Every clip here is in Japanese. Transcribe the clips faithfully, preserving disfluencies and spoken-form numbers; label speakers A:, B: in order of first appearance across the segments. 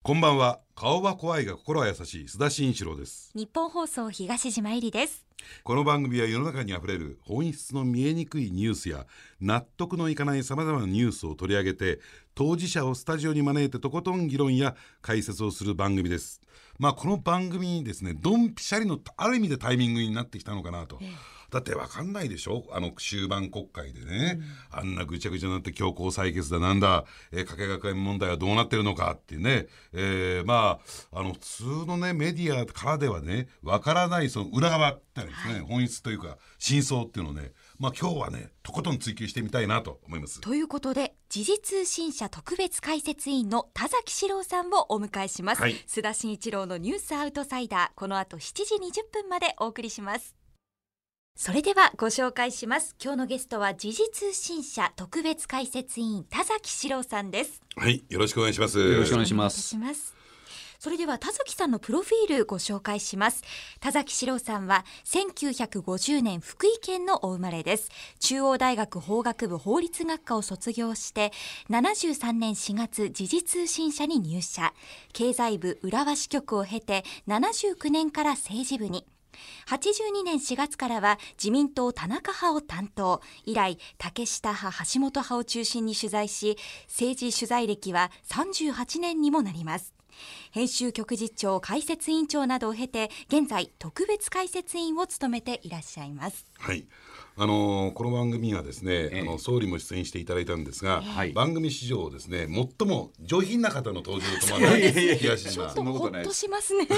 A: こんばんは。顔は怖いが心は優しい須田慎一郎です。
B: 日本放送東島えりです。
A: この番組は世の中にあふれる本質の見えにくいニュースや納得のいかないさまざまなニュースを取り上げて、当事者をスタジオに招いてとことん議論や解説をする番組です。まあこの番組にですね、ドンピシャリのある意味でタイミングになってきたのかなと、ええ、だって分かんないでしょ、あの終盤国会でね、うん、あんなぐちゃぐちゃになって強行採決だなんだ、えー、加計学園問題はどうなってるのかっていうね、えー、まああの普通のねメディアからではね分からないその裏側ってですね、はい、本質というか真相っていうのをね、まあ今日はねとことん追求してみたいなと思います。
B: ということで時事通信社特別解説委員の田崎史郎さんをお迎えします、はい、須田慎一郎のニュースアウトサイダー、この後しちじにじゅっぷんまでお送りします。それではご紹介します。今日のゲストは時事通信社特別解説委員田崎史郎さんです。
A: はい、よろしくお願いします。
C: よろしくお願いしま
B: す。それでは田崎さんのプロフィールご紹介します。田崎史郎さんはせんきゅうひゃくごじゅうねん福井県のお生まれです。中央大学法学部法律学科を卒業してななじゅうさんねんしがつ時事通信社に入社、経済部浦和支局を経てななじゅうきゅうねんから政治部に、はちじゅうにねんしがつからは自民党田中派を担当、以来竹下派橋本派を中心に取材し、政治取材歴はさんじゅうはちねんにもなります。編集局次長、解説委員長などを経て現在特別解説委員を務めていらっしゃいます。
A: はい、あのー、この番組はですね、ええ、あの総理も出演していただいたんですが、ええ、番組史上ですね最も上品な方の登場と思われる気がします。
B: ちょっとほっとしますね。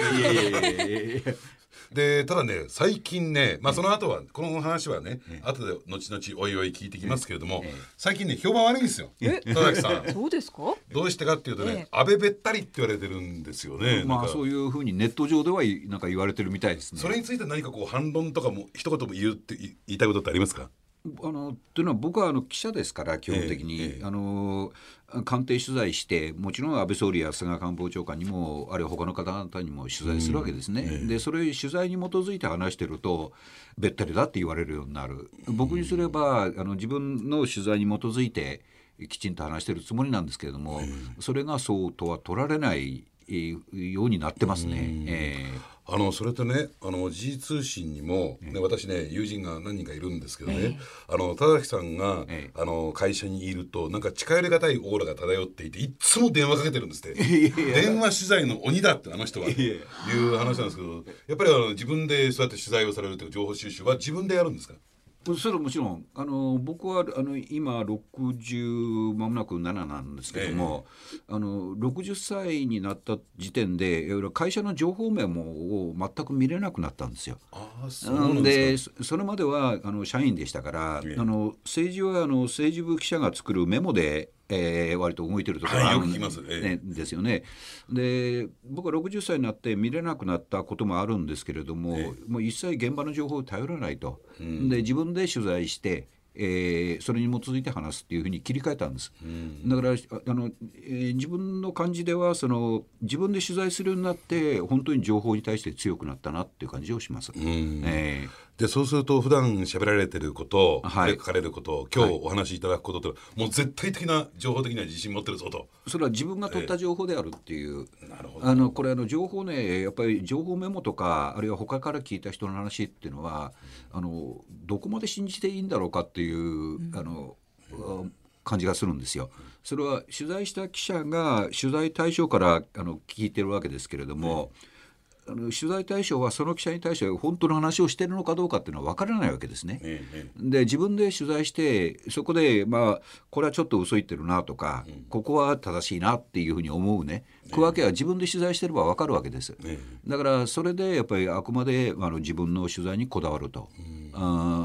A: でただね最近ね、まあ、その後はこの話はね、ええ、後で後々おいおい聞いてきますけれども、ええ、最近ね評判悪いんですよ、田崎さん。
B: そうですか。
A: どうしてかっていうとね、ええ、安倍べったりって言われてるんですよね。
C: まあそういうふうにネット上ではなんか言われてるみたいですね。
A: それについて何かこう反論とかも一言も言うって言いたいことってありますか？
C: あのというのは僕はあの記者ですから基本的に、ええええ、あの官邸取材してもちろん安倍総理や菅官房長官にもあるいは他の方々にも取材するわけですね、うんええ、でそれ取材に基づいて話してるとべったりだって言われるようになる。僕にすればあの自分の取材に基づいてきちんと話してるつもりなんですけれども、ええ、それがそうとは取られないようになってますね、え
A: ー、あのそれとねあの時事通信にも、ね、私ね友人が何人かいるんですけどね、えー、あの田崎さんが、えー、あの会社にいるとなんか近寄りがたいオーラが漂っていていつも電話かけてるんですって電話取材の鬼だってあの人はいう話なんですけど、やっぱりあの自分でそうやって取材をされるという情報収集は自分でやるんですか？
C: それはもちろんあの僕はあの今ろくじゅうまもなくなななんですけども、ええ、あのろくじゅっさいになった時点で会社の情報メモを全く見れなくなったんですよ。
A: あ、そうなんですか。
C: でそれまではあの社員でしたから、ええ、あの政治はあの政治部記者が作るメモでえー、割と動いてるところがあるん、ね、ですよね。で僕はろくじゅっさいになって見れなくなったこともあるんですけれども、えー、もう一切現場の情報を頼らないと、うん、で自分で取材してえー、それに基づいて話すっていうふうに切り替えたんです、うん、だからあの、えー、自分の感じではその自分で取材するようになって本当に情報に対して強くなったなっていう感じをします、うん
A: えー、でそうすると普段喋られてること、はい、書かれること今日お話しいただくことって、はい、もう絶対的な情報的には自信持ってるぞと。
C: それは自分が取った情報であるっていう、えー、なるほど。あのこれあの情報ねやっぱり情報メモとかあるいは他から聞いた人の話っていうのは、うん、あのどこまで信じていいんだろうかっていういう、うん、あの感じがするんですよ。それは取材した記者が取材対象からあの聞いてるわけですけれども、うん、あの取材対象はその記者に対して本当の話をしているのかどうかっていうのは分からないわけですね、うん、で自分で取材してそこで、まあ、これはちょっと嘘言ってるなとか、うん、ここは正しいなっていうふうに思うね区分けは自分で取材してれば分かるわけです、うん、だからそれでやっぱりあくまであの自分の取材にこだわると、うん、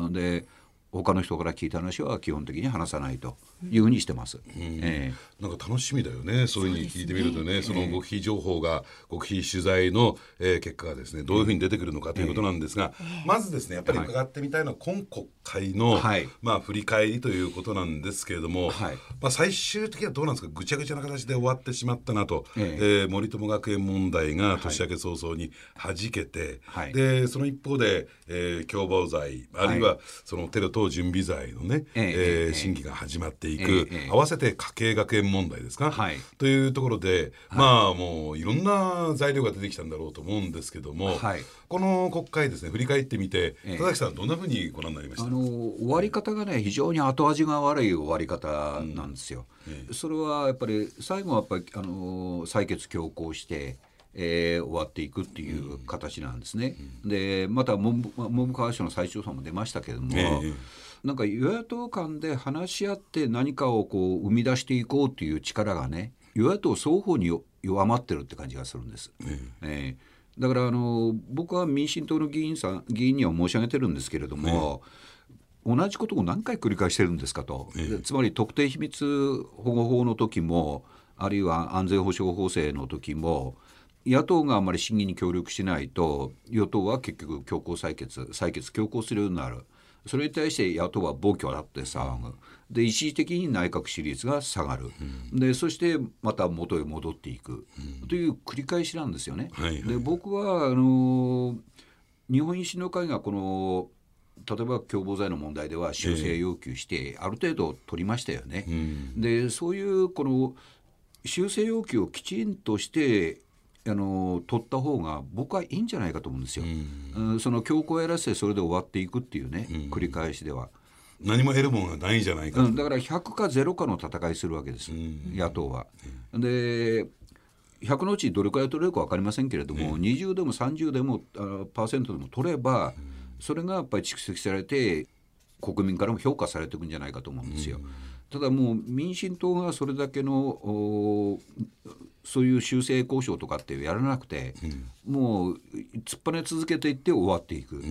C: で他の人から聞いた話は基本的に話さないというふうにしてます、うん
A: えー、なんか楽しみだよね。そういうふうに聞いてみるとね、その極秘情報が極秘取材の、えー、結果がですねどういうふうに出てくるのかということなんですが、えー、まずですねやっぱり伺ってみたいのは今国会の、はいまあ、振り返りということなんですけれども、はいまあ、最終的にはどうなんですか。ぐちゃぐちゃな形で終わってしまったなと、えーえー、森友学園問題が年明け早々に弾けて、はい、でその一方で、えー、共謀罪あるいはそのテロ等党準備罪のね、えーえー、審議が始まっていく、えーえー、合わせて家計学園問題ですか、はい、というところで、はい、まあもういろんな材料が出てきたんだろうと思うんですけども、はい、この国会ですね振り返ってみて、えー、田崎さんどんなふうにご覧になりました？
C: あの終わり方がね非常に後味が悪い終わり方なんですよ、うんえー、それはやっぱり最後はやっぱりあの採決強行してえー、終わっていくっていう形なんですね、うん、でまた文部文部科学省の再調査も出ましたけれども、えー、なんか与野党間で話し合って何かをこう生み出していこうっていう力がね与野党双方に弱まってるって感じがするんです、えーえー、だからあの僕は民進党の議員さん議員には申し上げてるんですけれども、えー、同じことを何回繰り返してるんですかと、えー、つまり特定秘密保護法の時もあるいは安全保障法制の時も野党があまり審議に協力しないと与党は結局強行採決採決強行するようになる。それに対して野党は暴挙だって騒ぐ。で一時的に内閣支持率が下がる、うん、でそしてまた元へ戻っていく、うん、という繰り返しなんですよね、はいはい、で僕はあの日本維新の会がこの例えば共謀罪の問題では修正要求してある程度取りましたよね、えー、でそういうこの修正要求をきちんとしてあの取った方が僕はいいんじゃないかと思うんですよ、うん、その強行をやらせてそれで終わっていくっていうね、うん、繰り返しでは
A: 何も得るものがないんじゃないかと、
C: うん、だからひゃくかゼロかの戦いするわけです、うん、野党は、うん、でひゃくのうちどれくらい取れるか分かりませんけれども、うん、にじゅうでもさんじゅうでもパーセントでも取れば、うん、それがやっぱり蓄積されて国民からも評価されていくんじゃないかと思うんですよ、うん、ただもう民進党がそれだけのそういう修正交渉とかってやらなくて、うん、もう突っぱね続けていって終わっていく、うん、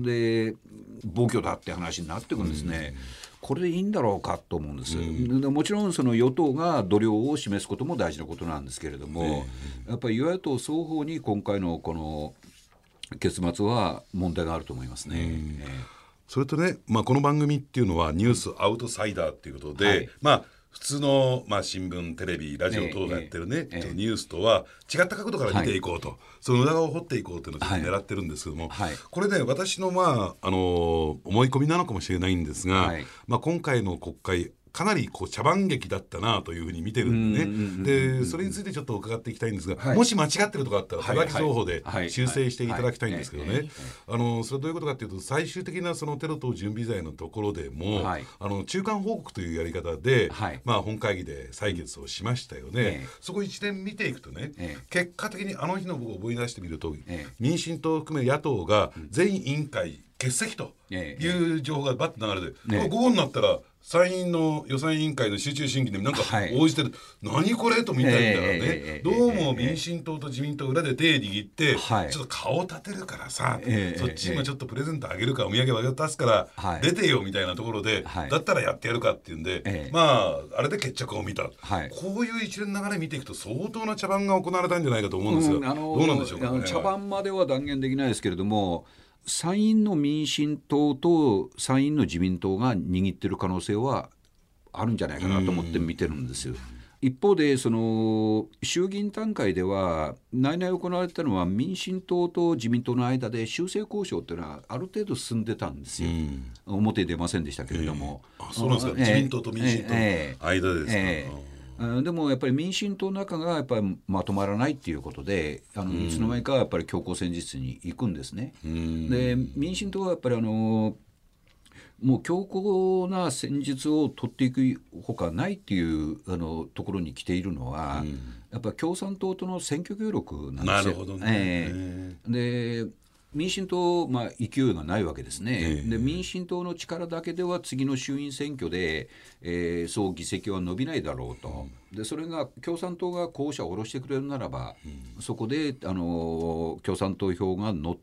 C: で暴挙だって話になっていくんですね、うん、これでいいんだろうかと思うんです、うん、でもちろんその与党が度量を示すことも大事なことなんですけれども、うん、やっぱり与野党双方に今回のこの結末は問題があると思いますね、うん、えー、
A: それとね、まあ、この番組っていうのはニュースアウトサイダーっていうことで、はい、まあ普通の、まあ、新聞テレビラジオ等がやってるね、えーえー、ニュースとは違った角度から見ていこうと、はい、その裏側を掘っていこうというのを狙ってるんですけども、はい、これね私の、まあ、あの思い込みなのかもしれないんですが、はい、まあ、今回の国会かなりこう茶番劇だったなというふうに見てるんでね、でそれについてちょっと伺っていきたいんですが、はい、もし間違ってるとかあったら手書き情報で修正していただきたいんですけどね、あのそれどういうことかというと最終的なそのテロ等準備罪のところでも、はい、あの中間報告というやり方で、はい、まあ、本会議で採決をしましたよね、ええ、そこ一連見ていくとね、ええ、結果的にあの日の僕を思い出してみると、ええ、民進党を含め野党が全委員会欠席という情報がバッと流れて、ええ、午後になったら参院の予算委員会の集中審議でなんか応じてる、はい、何これと見たいんだからね、えー、どうも民進党と自民党裏で手握って、はい、ちょっと顔立てるからさ、えー、そっち今ちょっとプレゼントあげるかお土産渡すから、出てよみたいなところで、はい、だったらやってやるかっていうんで、えー、まああれで決着を見た、はい、こういう一連の流れ見ていくと相当な茶番が行われたんじゃないかと思うんですが、うん、あのー、どうなんでしょうかね。
C: 茶番までは断言できないですけれども、参院の民進党と参院の自民党が握っている可能性はあるんじゃないかなと思って見てるんですよ。一方でその衆議院段階では内々行われたのは民進党と自民党の間で修正交渉というのはある程度進んでたんですよ、うん、表に出ませんでしたけれども、
A: えー、あそうなんですか、えー、自民党と民進党の間ですか、えーえー、
C: でもやっぱり民進党の中がやっぱりまとまらないっていうことで、あのいつの間にかやっぱり強行戦術に行くんですね、うん、で民進党はやっぱりあのもう強硬な戦術を取っていくほかないっていうあのところに来ているのは、うん、やっぱり共産党との選挙協力なんですよ。
A: なるほどね、
C: えー、で民進党、まあ、勢いがないわけですね、えー、で民進党の力だけでは次の衆院選挙で、えー、そう議席は伸びないだろうと、うん、でそれが共産党が候補者を下ろしてくれるならば、うん、そこであの共産党票が乗って、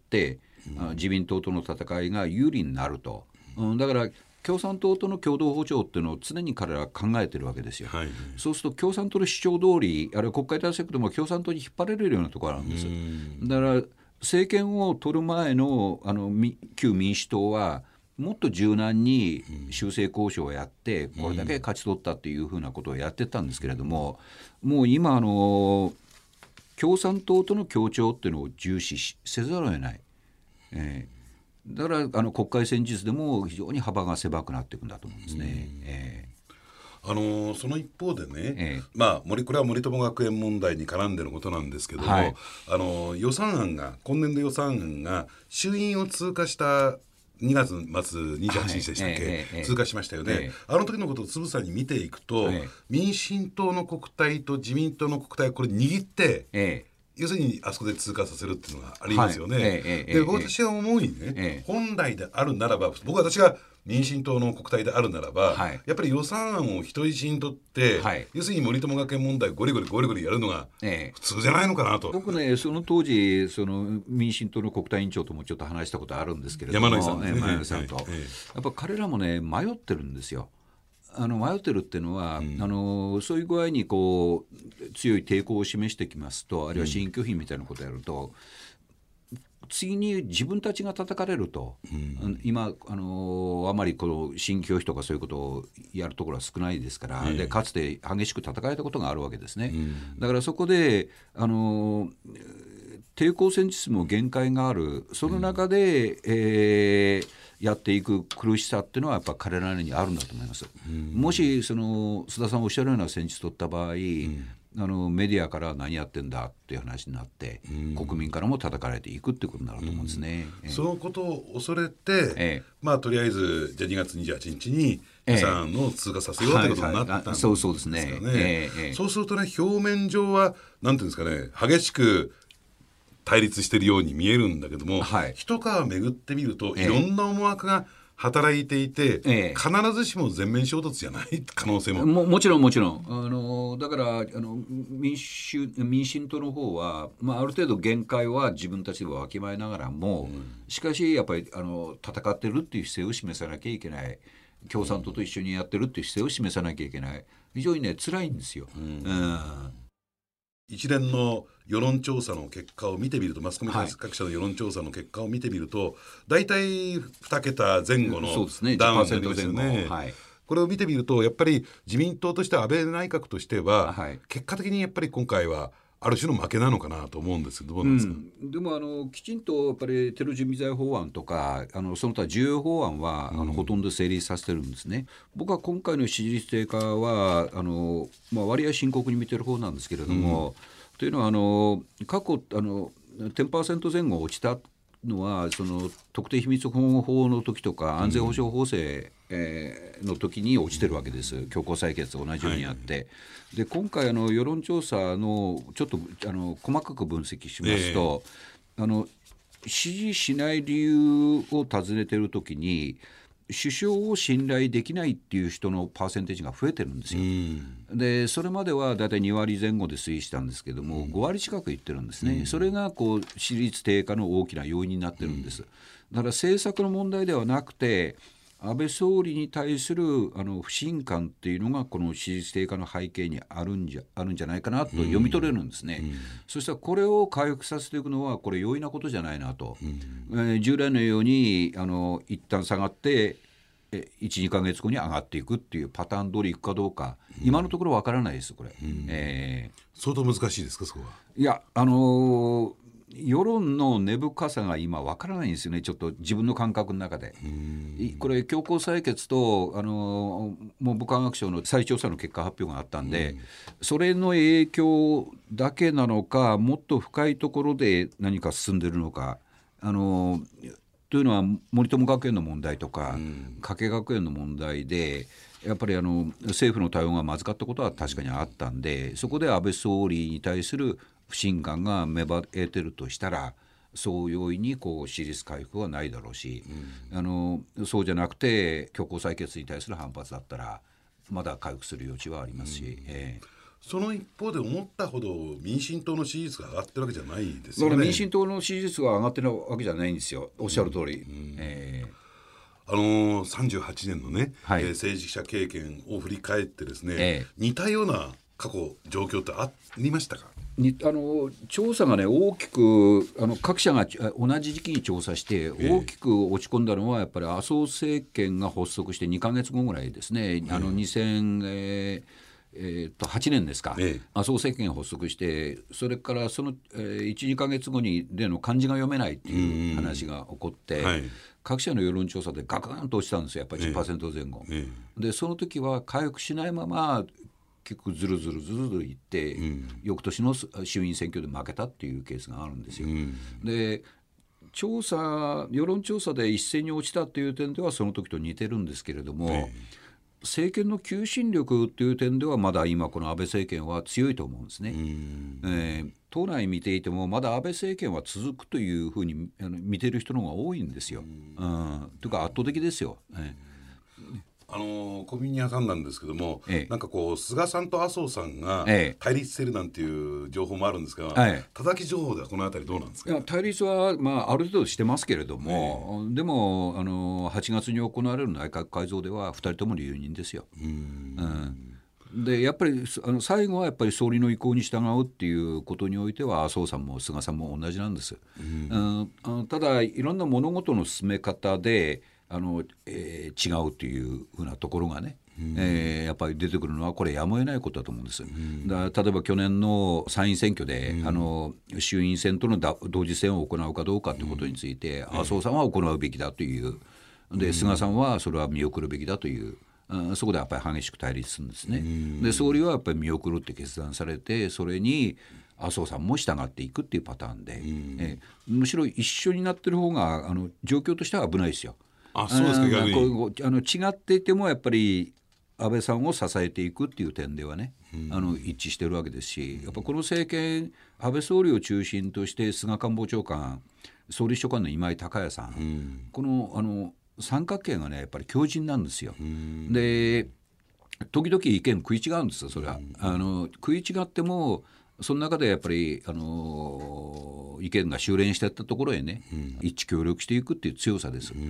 C: うん、自民党との戦いが有利になると、うん、だから共産党との共同歩調っていうのを常に彼らは考えてるわけですよ、はい、そうすると共産党の主張通り、あるいは国会対策でも共産党に引っ張られるようなところなんです。だから政権を取る前 の, あの旧民主党はもっと柔軟に修正交渉をやってこれだけ勝ち取ったっていうふうなことをやってたんですけれども、もう今あの共産党との協調っていうのを重視せざるを得ない、えーだからあの国会戦術でも非常に幅が狭くなっていくんだと思うんですね。えー
A: あのー、その一方でね、
C: ええ
A: まあ、森これは森友学園問題に絡んでのことなんですけども、
C: はい、
A: あのー、予算案が今年度予算案が衆院を通過したにがつ末にじゅうはちにちでしたっけ、
C: はいええ
A: 通過しましたよね、
C: ええ
A: あの時のことをつぶさに見ていくと、
C: ええ
A: 民進党の国対と自民党の国対これ握って、
C: ええ
A: 要するにあそこで通過させるっていうのがありますよね、
C: はいええええ
A: で私は思うにね、
C: ええ
A: 本来であるならば僕は私が民進党の国対であるならば、
C: はい
A: やっぱり予算案を人質にとって、
C: はい
A: 要するに森友学園問題ゴリゴリゴリゴリやるのが
C: ええ
A: 普通じゃないのかなと。
C: 僕ね、その当時その民進党の国対委員長ともちょっと話したことあるんですけれども、
A: 山井さんですね、
C: ええ山井さんと、
A: はいはいはい、
C: やっぱ彼らもね迷ってるんですよ。あの迷ってるっていうのは、うん、あのそういう具合にこう強い抵抗を示してきますと、あるいは新拒否みたいなことをやると、うん、次に自分たちが叩かれると、うん、今あのあまりこの新拒否とかそういうことをやるところは少ないですから、うん、でかつて激しく叩かれたことがあるわけですね、うん、だからそこであの抵抗戦術も限界がある、その中で、うんえーやっていく苦しさっていうのはやっぱ彼らにあるんだと思います、うん、もしその須田さんおっしゃるような戦術取った場合、うん、あのメディアから何やってんだっていう話になって、うん、国民からも叩かれていくっていうことになると思うんですね、
A: うんええ、そのことを恐れて、ええまあ、とりあえずじゃあにがつにじゅうはちにちに予算案を通過させようということになったんですよね。そうするとね、表面上はなんていうんですかね、激しく対立しているように見えるんだけども、はい、一皮巡ってみるといろんな思惑が働いていて、ええ、必ずしも全面衝突じゃない可能性も
C: も, もちろんもちろんあのだからあの 民, 主民進党の方は、まあ、ある程度限界は自分たちでわきまえながらも、うん、しかしやっぱりあの戦ってるっていう姿勢を示さなきゃいけない、共産党と一緒にやってるっていう姿勢を示さなきゃいけない、非常にね辛いんですよ、うんうん
A: 一連の世論調査の結果を見てみると、マスコミ各社の世論調査の結果を見てみると、大体に桁前後のダウンになりますよね。はい、これを見てみるとやっぱり自民党としては安倍内閣としては、はい、結果的にやっぱり今回はある種の負けなのかなと思うんですけど、どうなんですか。
C: うん、でもあのきちんとやっぱりテロ準備罪法案とかあのその他重要法案は、うん、あのほとんど成立させてるんですね。僕は今回の支持率低下はあの、まあ、割合深刻に見てる方なんですけれども、うん、というのはあの過去あの じゅっパーセント 前後落ちたのはその特定秘密保護法の時とか安全保障法制、うんえー、の時に落ちてるわけです。強行採決と同じようにあって、はい、で今回あの世論調査のちょっとあの細かく分析しますと、えー、あの支持しない理由を尋ねてる時に首相を信頼できないっていう人のパーセンテージが増えてるんですよ。でそれまではだいたいにわりぜん後で推移したんですけども、ごわり近くいってるんですね。それがこう支持率低下の大きな要因になってるんです。だから政策の問題ではなくて安倍総理に対するあの不信感っていうのがこの支持率低下の背景にあるんじゃ、あるんじゃないかなと読み取れるんですね、うん、そしたらこれを回復させていくのはこれ容易なことじゃないなと、うんえー、従来のようにあの一旦下がっていち、にかげつごに上がっていくっていうパターン通りいくかどうか、うん、今のところわからないですこれ、うん
A: えー、相当難しいですかそこは。
C: いやあのー世論の根深さが今わからないんですよね、ちょっと自分の感覚の中で。これ強行採決とあの文部科学省の再調査の結果発表があったんで、それの影響だけなのかもっと深いところで何か進んでるのか、あのというのは森友学園の問題とか加計学園の問題でやっぱりあの政府の対応がまずかったことは確かにあったんで、そこで安倍総理に対する不信感が芽生えてるとしたらそう容易にこう支持率回復はないだろうし、うん、あのそうじゃなくて強行採決に対する反発だったらまだ回復する余地はありますし、うんえー、
A: その一方で思ったほど民進党の支持率が上がってるわけじゃないですよね。
C: だから民進党の支持率が上がってるわけじゃないんですよ、おっしゃる通り、うんうんえ
A: ーあのー、さんじゅうはちねんのね、はいえー、政治者経験を振り返ってですね、えー、似たような過去状況ってありましたか。
C: にあの調査がね大きくあの各社が同じ時期に調査して大きく落ち込んだのはやっぱり麻生政権が発足してにかげつごぐらいですね、えー、あのにせんはちねんですか、えー、麻生政権が発足してそれからその、えー、いち、にかげつごにでの漢字が読めないっていう話が起こって、はい、 各社の世論調査でガクンと落ちたんですよ、やっぱり じゅっパーセント 前後、ええ、でその時は回復しないまま結構ずるずるずるずるいって、うん、翌年の衆院選挙で負けたっていうケースがあるんですよ、うん、で調査世論調査で一斉に落ちたっていう点ではその時と似てるんですけれども、ええ、政権の求心力っていう点ではまだ今この安倍政権は強いと思うんですね、うんえー、党内見ていてもまだ安倍政権は続くというふうにあの見てる人の方が多いんですよ、うん、というか圧倒的ですよ、えー
A: あの小耳に挟んだんですけども、ええ、なんかこう菅さんと麻生さんが対立してるなんていう情報もあるんですが、ええ、田崎情報ではこのあたりどうなんですか。
C: いや対立は、まあ、ある程度してますけれども、ええ、でもあのはちがつに行われる内閣改造ではふたりとも留任ですよ。うん、うん、でやっぱりあの最後はやっぱり総理の意向に従うっていうことにおいては麻生さんも菅さんも同じなんです、うんうん、ただいろんな物事の進め方であの、えー、違うというふうなところがね、うんえー、やっぱり出てくるのはこれやむを得ないことだと思うんです、うん、だ例えば去年の参院選挙で、うん、あの衆院選との同時選を行うかどうかということについて、うん、麻生さんは行うべきだというで、うん、菅さんはそれは見送るべきだという、うん、そこでやっぱり激しく対立するんですね、うん、で総理はやっぱり見送るって決断されてそれに麻生さんも従っていくっていうパターンで、うんえー、むしろ一緒になってる方があの状況としては危ないですよ。
A: あ、そうですか。逆に
C: こうあの違っていてもやっぱり安倍さんを支えていくっていう点ではね、うん、あの一致してるわけですし、やっぱこの政権安倍総理を中心として菅官房長官総理秘書官の今井貴也さん、うん、この、あの三角形がねやっぱり強靭なんですよ、うん、で時々意見食い違うんですよそれは、うん、あの食い違ってもその中でやっぱり、あのー、意見が修練していったところへね、うん、一致協力していくっていう強さです、うん、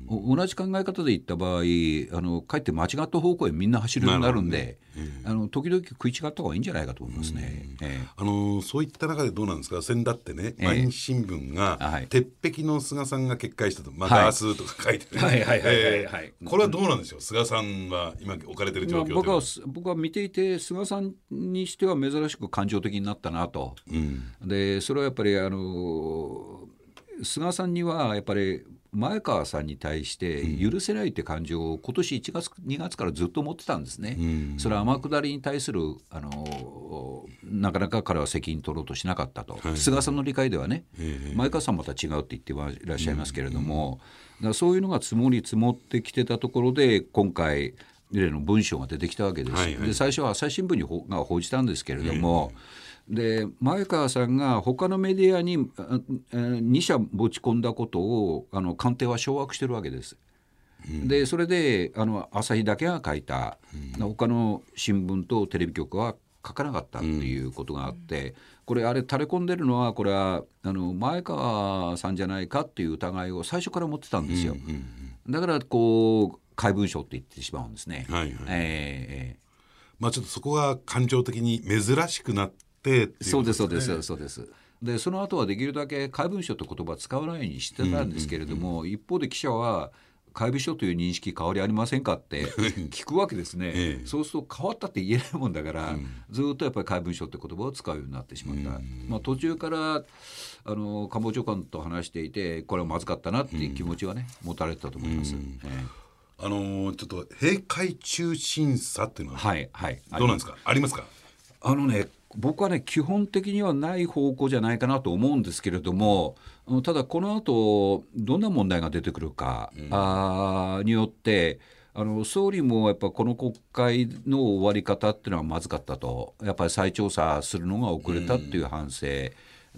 C: 同じ考え方でいった場合あのかえって間違った方向へみんな走るようになるんで、ねうん、あの時々食い違った方がいいんじゃないかと思いますね、うんええ
A: あのー、そういった中でどうなんですか。先だってね、ええ、毎日新聞が、はい、鉄壁の菅さんが決壊したと、また明日とか書いてね、これはどうなんでしょう。菅さんは今置かれている状況というのは、
C: まあ、僕は僕は見ていて菅さんにしては珍しく感情的になったなと、うん、でそれはやっぱりあの菅さんにはやっぱり前川さんに対して許せないって感情を今年いちがつにがつからずっと持ってたんですね、うん、それは天下りに対するあのなかなか彼は責任取ろうとしなかったと、はい、菅さんの理解ではね、はい、前川さんまた違うって言っていらっしゃいますけれども、うん、だからそういうのが積もり積もってきてたところで今回例の文章が出てきたわけです、はいはい、で最初は朝日新聞にほが報じたんですけれども、はいで前川さんが他のメディアにに社持ち込んだことをあの官邸は掌握してるわけです、うん、でそれであの朝日だけが書いた、うん、他の新聞とテレビ局は書かなかったっていうことがあって、うん、これあれ垂れ込んでるのはこれはあの前川さんじゃないかっていう疑いを最初から持ってたんですよ、うんうんうん、だからこう怪文書って言ってしまうんですね、はいはいえー
A: まあ、ちょっとそこが感情的に珍しくなって
C: そうですそうですそうですでその後はできるだけ怪文書という言葉を使わないようにしてたんですけれども、うんうんうん、一方で記者は怪文書という認識変わりありませんかって聞くわけですね、ええ、そうすると変わったって言えないもんだから、うん、ずっとやっぱり怪文書って言葉を使うようになってしまった、うんまあ、途中からあの官房長官と話していてこれはまずかったなっていう気持ちはね、うん、持たれてたと思います、うんえ
A: え、あのー、ちょっと閉会中審査っていうのは、
C: はいはい、
A: どうなんですか。ありますか。あ
C: のね僕はね基本的にはない方向じゃないかなと思うんですけれども、ただこの後どんな問題が出てくるか、うん、あによってあの総理もやっぱこの国会の終わり方っていうのはまずかったと、やっぱり再調査するのが遅れたっていう反省、うん、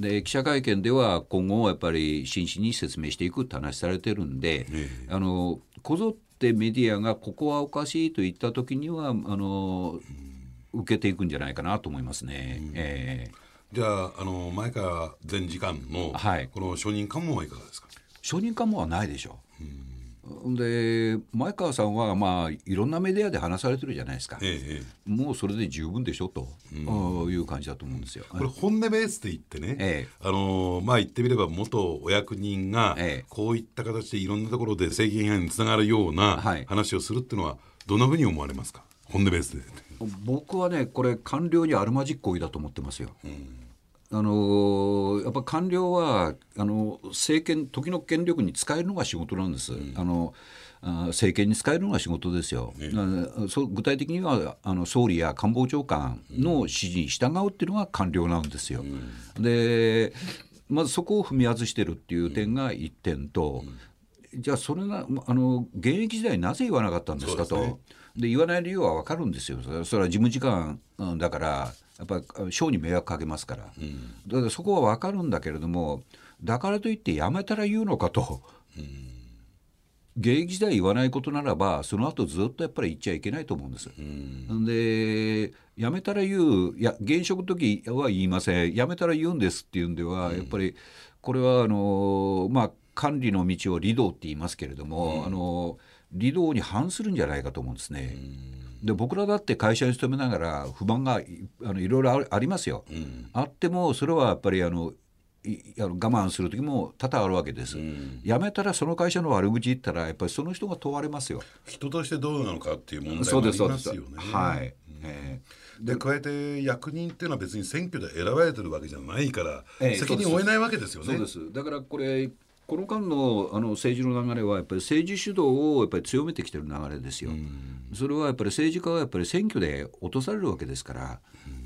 C: で記者会見では今後やっぱり真摯に説明していくって話されてるんで、うん、あのこぞってメディアがここはおかしいと言った時にはあの、うん受けていくんじゃないかなと思いますね、うんえ
A: ー、じゃあ、あの前川前次官のこの証人喚問はいかがですか。
C: 証人喚問はないでしょう、うん、で前川さんは、まあ、いろんなメディアで話されてるじゃないですか、ええ、もうそれで十分でしょと、うん、いう感じだと思うんですよ。
A: これ本音ベースで言ってね、ええあのまあ、言ってみれば元お役人がこういった形でいろんなところで政権批判につながるような話をするっていうのはどんなふうに思われますか。本音ベースで。僕
C: はねこれ官僚にあるまじっ行為だと思ってますよ、うん、あのやっぱ官僚はあの政権時の権力に使えるのが仕事なんです、うん、あの政権に使えるのが仕事ですよ、うん、そ具体的にはあの総理や官房長官の指示に従うっていうのが官僚なんですよ、うん、でまずそこを踏み外してるっていう点がいってんと、うん、じゃあそれがあの現役時代なぜ言わなかったんですかと。そうですね。で言わない理由は分かるんですよ。それは事務次官だからやっぱり省に迷惑かけますから、うん、だからそこは分かるんだけれども、だからといってやめたら言うのかと、うん、現役時代言わないことならばその後ずっとやっぱり言っちゃいけないと思うんです、うん、でやめたら言う、いや現職の時は言いません、やめたら言うんですっていうんでは、うん、やっぱりこれはあの、まあ、管理の道を理道って言いますけれども、うん、あの理道に反するんじゃないかと思うんですね、うん、で僕らだって会社に勤めながら不満があのいろいろ あ, ありますよ、うん、あってもそれはやっぱりあのいあの我慢する時も多々あるわけです、うん、辞めたらその会社の悪口言ったらやっぱりその人が問われますよ。
A: 人としてどうなのかっていう問題もありますよね。
C: はい、うん
A: えー、で加えて役人っていうのは別に選挙で選ばれてるわけじゃないから、えー、責任を負えないわけですよね。
C: そうです。だからこれこの間 の, あの政治の流れはやっぱり政治主導をやっぱり強めてきてる流れですよ、うん、それはやっぱり政治家はやっぱり選挙で落とされるわけですから、うん、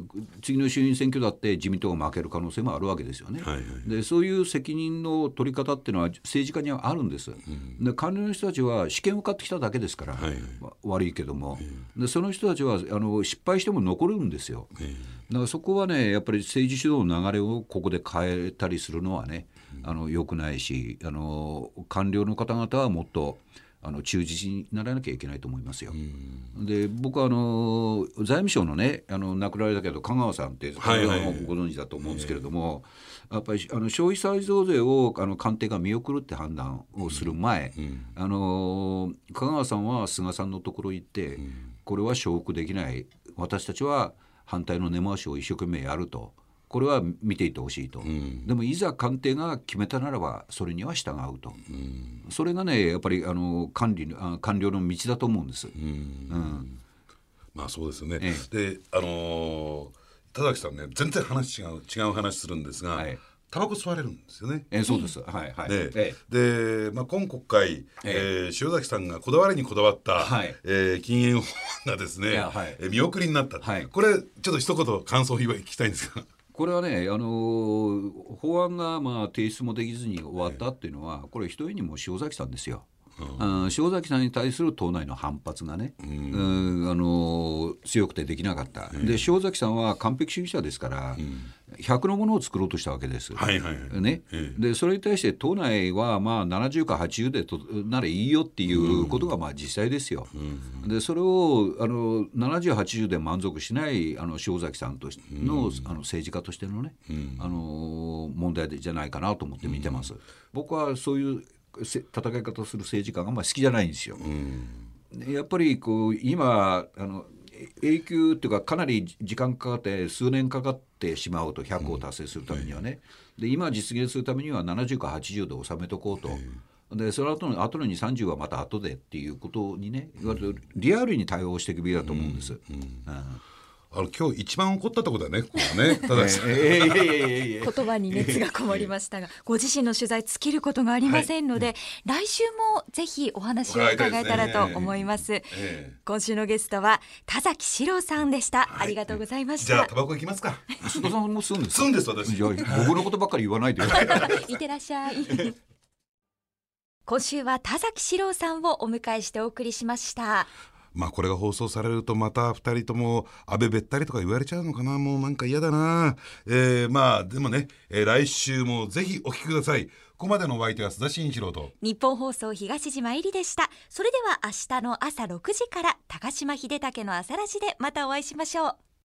C: あ次の衆院選挙だって自民党が負ける可能性もあるわけですよね、はいはい、でそういう責任の取り方っていうのは政治家にはあるんです、うん、で官僚の人たちは試験を受かってきただけですから、はいはい、悪いけども、うん、でその人たちはあの失敗しても残るんですよ、うん、だからそこはねやっぱり政治主導の流れをここで変えたりするのはねあの良くないし、あの官僚の方々はもっとあの忠実にならなきゃいけないと思いますよ。で僕はあの財務省のねあの亡くなられたけど香川さんって香川もご存知だと思うんですけれども、やっぱりあの消費財増税をあの官邸が見送るって判断をする前、うん、あの香川さんは菅さんのところ行って、うん、これは承服できない、私たちは反対の根回しを一生懸命やると、これは見ていてほしいと、うん、でもいざ官邸が決めたならばそれには従うと、うん、それがねやっぱりあの管理あ官僚の道だと思うんです、うんうん、
A: まあそうですね、ええ、であのー、田崎さんね全然話違う違う話するんですが、はい、タバコ吸われるんですよね。
C: えー、そうです、はいはい、
A: で、ええ、で、まあ、今国会、えええー、塩崎さんがこだわりにこだわった、はいえー、禁煙法案がですね、はい、えー、見送りになった、はい、これちょっと一言感想を聞きたいんですが
C: これはね、あのー、法案がまあ提出もできずに終わったっていうのは、はい、これ一重にも塩崎さんですよ、うん、塩崎さんに対する党内の反発がね、うんうん、あのー、強くてできなかった、うん、で塩崎さんは完璧主義者ですから、うんひゃくのものを作ろうとしたわけです、はいはいはいねええ、でそれに対して党内はまあななじゅうかはちじゅうでとならいいよっていうことがまあ実際ですよ、うん、でそれをあのななじゅうはちじゅうで満足しないあの塩崎さんとしての、うん、あの政治家としてのね、うん、あの問題じゃないかなと思って見てます、うん、僕はそういう戦い方をする政治家がまあ好きじゃないんですよ、うん、やっぱりこう今あの永久っていうかかなり時間かかって数年かかってしまうとひゃくを達成するためにはね、うん、で今実現するためにはななじゅうかはちじゅうで収めとこうと、うん、でその後の後のにじゅう、さんじゅうはまた後でっていうことにね、うん、リアルに対応していくべきだと思うんです、うんうんうん
A: あの今日一番怒ったところだねここはねただし
B: 言葉に熱がこもりましたがご自身の取材尽きることがありませんので、はい、来週もぜひお話を伺えたらと思います、えー、今週のゲストは田崎史郎さんでした、はい、ありがとうございました。
A: じゃあタバコ行きますか。
C: 須田さんも吸うんですか。
A: 吸うんです私。
C: じゃあ僕のことばっかり言わないで
B: いってらっしゃい今週は田崎史郎さんをお迎えしてお送りしました。
A: まあこれが放送されるとまたふたりとも安倍べったりとか言われちゃうのかな。もうなんか嫌だな、えー、まあでもね、えー、来週もぜひお聞きください。ここまでのお相手は須田慎一郎と
B: 日本放送東島えりでした。それでは明日の朝ろくじから高島秀武の朝ラジでまたお会いしましょう。